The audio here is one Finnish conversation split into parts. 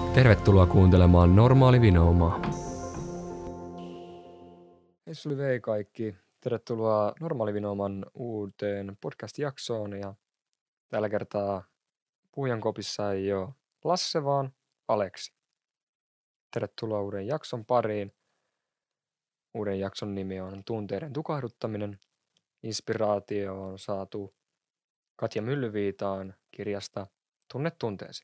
Tervetuloa kuuntelemaan Normaali Vinoumaa. Hei suli vei kaikki. Tervetuloa Normaali Vinouman uuteen podcast-jaksoon. Ja tällä kertaa puhujan kopissa ei ole Lasse, vaan Aleksi. Tervetuloa uuden jakson pariin. Uuden jakson nimi on Tunteiden tukahduttaminen. Inspiraatio on saatu Katja Myllyviitaan kirjasta Tunne tunteesi.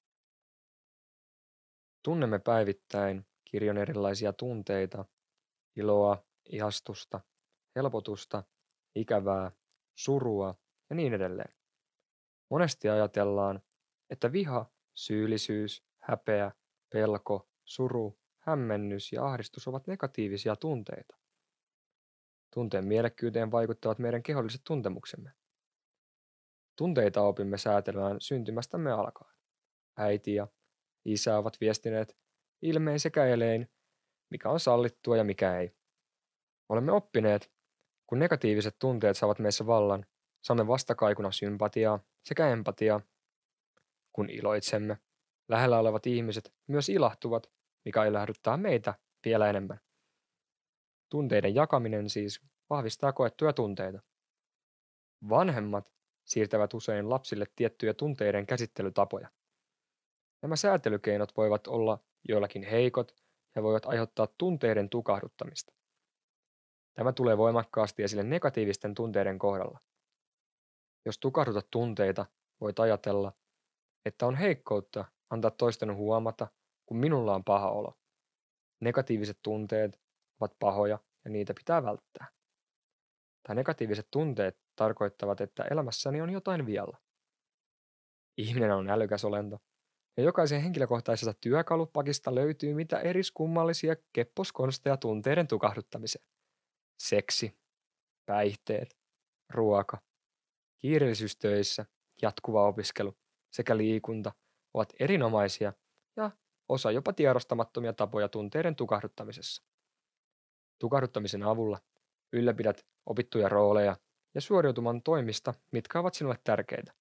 Tunnemme päivittäin kirjon erilaisia tunteita, iloa, ihastusta, helpotusta, ikävää, surua ja niin edelleen. Monesti ajatellaan, että viha, syyllisyys, häpeä, pelko, suru, hämmennys ja ahdistus ovat negatiivisia tunteita. Tunteen mielekkyyteen vaikuttavat meidän keholliset tuntemuksemme. Tunteita opimme säätelemään syntymästämme alkaen. Äiti ja isä ovat viestineet ilmein sekä elein, mikä on sallittua ja mikä ei. Olemme oppineet, kun negatiiviset tunteet saavat meissä vallan, saamme vastakaikuna sympatiaa sekä empatiaa. Kun iloitsemme, lähellä olevat ihmiset myös ilahtuvat, mikä ilahduttaa meitä vielä enemmän. Tunteiden jakaminen siis vahvistaa koettuja tunteita. Vanhemmat siirtävät usein lapsille tiettyjä tunteiden käsittelytapoja. Nämä säätelykeinot voivat olla joillakin heikot ja voivat aiheuttaa tunteiden tukahduttamista. Tämä tulee voimakkaasti esille negatiivisten tunteiden kohdalla. Jos tukahdutat tunteita, voit ajatella, että on heikkoutta antaa toisten huomata, kun minulla on paha olo. Negatiiviset tunteet ovat pahoja ja niitä pitää välttää. Tai negatiiviset tunteet tarkoittavat, että elämässäni on jotain vialla. Ihminen on älykäs olento, ja jokaisen henkilökohtaisesta työkalupakista löytyy mitä eriskummallisia kepposkonsteja tunteiden tukahduttamiseen. Seksi, päihteet, ruoka, kiireellisyys töissä, jatkuva opiskelu sekä liikunta ovat erinomaisia ja osa jopa tiedostamattomia tapoja tunteiden tukahduttamisessa. Tukahduttamisen avulla ylläpidät opittuja rooleja ja suoriutuman toimista, mitkä ovat sinulle tärkeitä.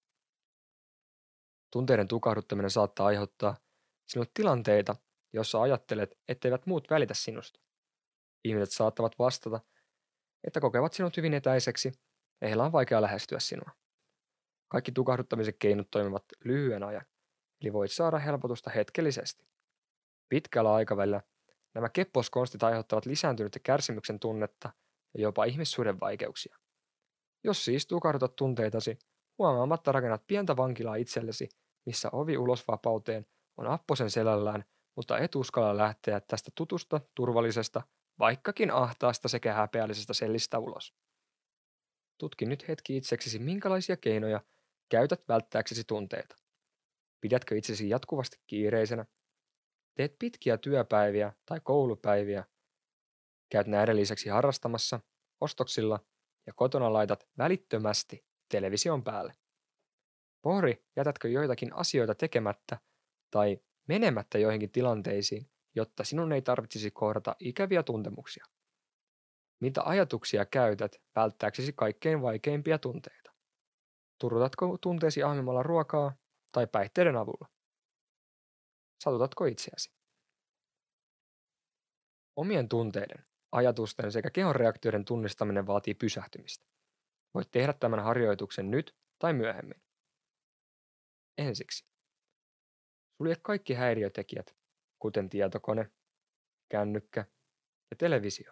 Tunteiden tukahduttaminen saattaa aiheuttaa sinulle tilanteita, joissa ajattelet, etteivät muut välitä sinusta. Ihmiset saattavat vastata, että kokevat sinut hyvin etäiseksi ja heillä on vaikea lähestyä sinua. Kaikki tukahduttamisen keinot toimivat lyhyen ajan, eli voit saada helpotusta hetkellisesti. Pitkällä aikavälillä nämä kepposkonstit aiheuttavat lisääntynyttä kärsimyksen tunnetta ja jopa ihmissuhdevaikeuksia. Jos siis tukahdutat tunteitasi, huomaamatta rakennat pientä vankilaa itsellesi, missä ovi ulos vapauteen on apposen selällään, mutta et uskalla lähteä tästä tutusta, turvallisesta, vaikkakin ahtaasta sekä häpeällisestä sellistä ulos. Tutki nyt hetki itseksesi, minkälaisia keinoja käytät välttääksesi tunteita. Pidätkö itsesi jatkuvasti kiireisenä? Teet pitkiä työpäiviä tai koulupäiviä? Käyt näiden lisäksi harrastamassa, ostoksilla ja kotona laitat välittömästi television päälle. Pohdi, jätätkö joitakin asioita tekemättä tai menemättä joihinkin tilanteisiin, jotta sinun ei tarvitsisi kohdata ikäviä tuntemuksia. Mitä ajatuksia käytät välttääksesi kaikkein vaikeimpia tunteita? Turrutatko tunteesi ahmimalla ruokaa tai päihteiden avulla? Satutatko itseäsi? Omien tunteiden, ajatusten sekä kehon reaktioiden tunnistaminen vaatii pysähtymistä. Voit tehdä tämän harjoituksen nyt tai myöhemmin. Ensiksi. Sulje kaikki häiriötekijät, kuten tietokone, kännykkä ja televisio.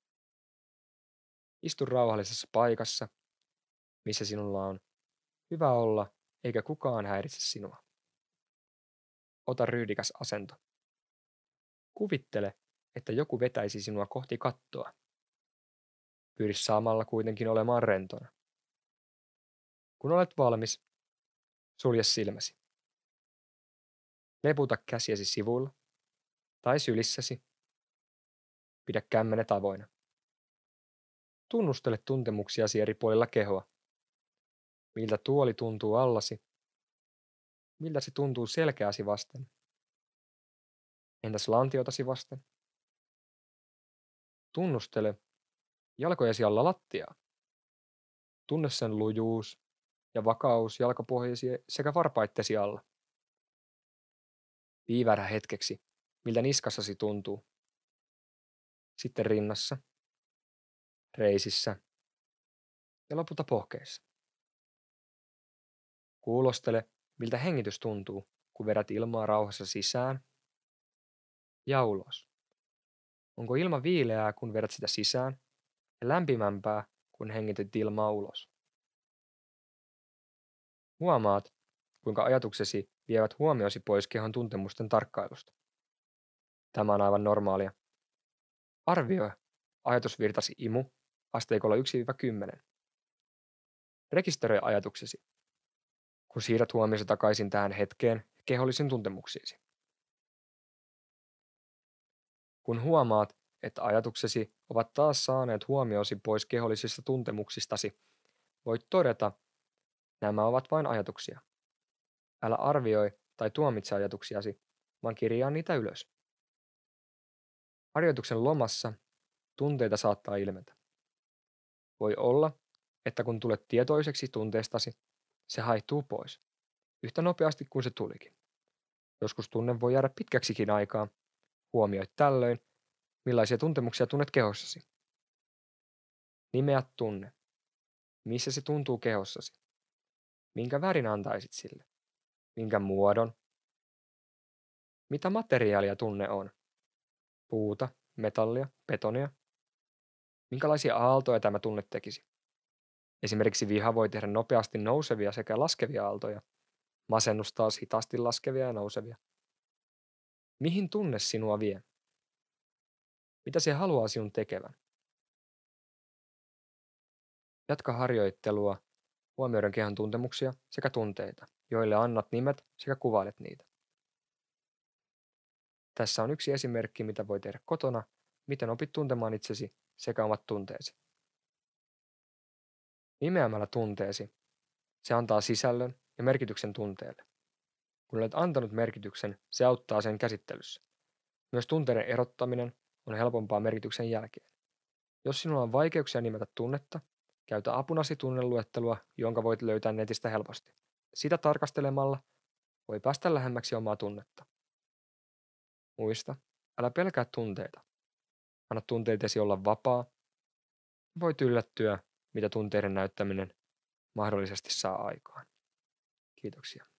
Istu rauhallisessa paikassa, missä sinulla on hyvä olla eikä kukaan häiritse sinua. Ota ryhdikäs asento. Kuvittele, että joku vetäisi sinua kohti kattoa. Pyri samalla kuitenkin olemaan rentona. Kun olet valmis, sulje silmäsi. Leputa käsiäsi sivuilla tai sylissäsi. Pidä kämmenet avoinna. Tunnustele tuntemuksiasi eri puolilla kehoa. Miltä tuoli tuntuu allasi? Miltä se tuntuu selkääsi vasten? Entäs lantiotasi vasten? Tunnustele jalkojesi alla lattiaa. Tunne sen lujuus ja vakaus jalkapohjasi sekä varpaittesi alla. Viivähdä hetkeksi, miltä niskassasi tuntuu. Sitten rinnassa, reisissä ja lopulta pohkeissa. Kuulostele, miltä hengitys tuntuu, kun vedät ilmaa rauhassa sisään ja ulos. Onko ilma viileää, kun vedät sitä sisään, ja lämpimämpää, kun hengität ilmaa ulos? Huomaat, kuinka ajatuksesi vievät huomiosi pois kehon tuntemusten tarkkailusta. Tämä on aivan normaalia. Arvioi ajatusvirtasi imu asteikolla 1-10. Rekisteröi ajatuksesi, kun siirrät huomiosi takaisin tähän hetkeen ja kehollisiin tuntemuksiisi. Kun huomaat, että ajatuksesi ovat taas saaneet huomiosi pois kehollisista tuntemuksistasi, voit todeta, nämä ovat vain ajatuksia. Älä arvioi tai tuomitse ajatuksiasi, vaan kirjaa niitä ylös. Harjoituksen lomassa tunteita saattaa ilmetä. Voi olla, että kun tulet tietoiseksi tunteestasi, se haihtuu pois, yhtä nopeasti kuin se tulikin. Joskus tunne voi jäädä pitkäksikin aikaa. Huomioi tällöin, millaisia tuntemuksia tunnet kehossasi. Nimeä tunne. Missä se tuntuu kehossasi? Minkä värin antaisit sille? Minkä muodon? Mitä materiaalia tunne on? Puuta, metallia, betonia? Minkälaisia aaltoja tämä tunne tekisi? Esimerkiksi viha voi tehdä nopeasti nousevia sekä laskevia aaltoja. Masennus taas hitaasti laskevia ja nousevia. Mihin tunne sinua vie? Mitä se haluaa sinun tekevän? Jatka harjoittelua huomioiden kehon tuntemuksia sekä tunteita, joille annat nimet sekä kuvailet niitä. Tässä on yksi esimerkki, mitä voi tehdä kotona, miten opit tuntemaan itsesi sekä omat tunteesi. Nimeämällä tunteesi, se antaa sisällön ja merkityksen tunteelle. Kun olet antanut merkityksen, se auttaa sen käsittelyssä. Myös tunteiden erottaminen on helpompaa merkityksen jälkeen. Jos sinulla on vaikeuksia nimetä tunnetta, käytä apunasi tunneluettelua, jonka voit löytää netistä helposti. Sitä tarkastelemalla voi päästä lähemmäksi omaa tunnetta. Muista, älä pelkää tunteita. Anna tunteitesi olla vapaa. Voit yllättyä, mitä tunteiden näyttäminen mahdollisesti saa aikaan. Kiitoksia.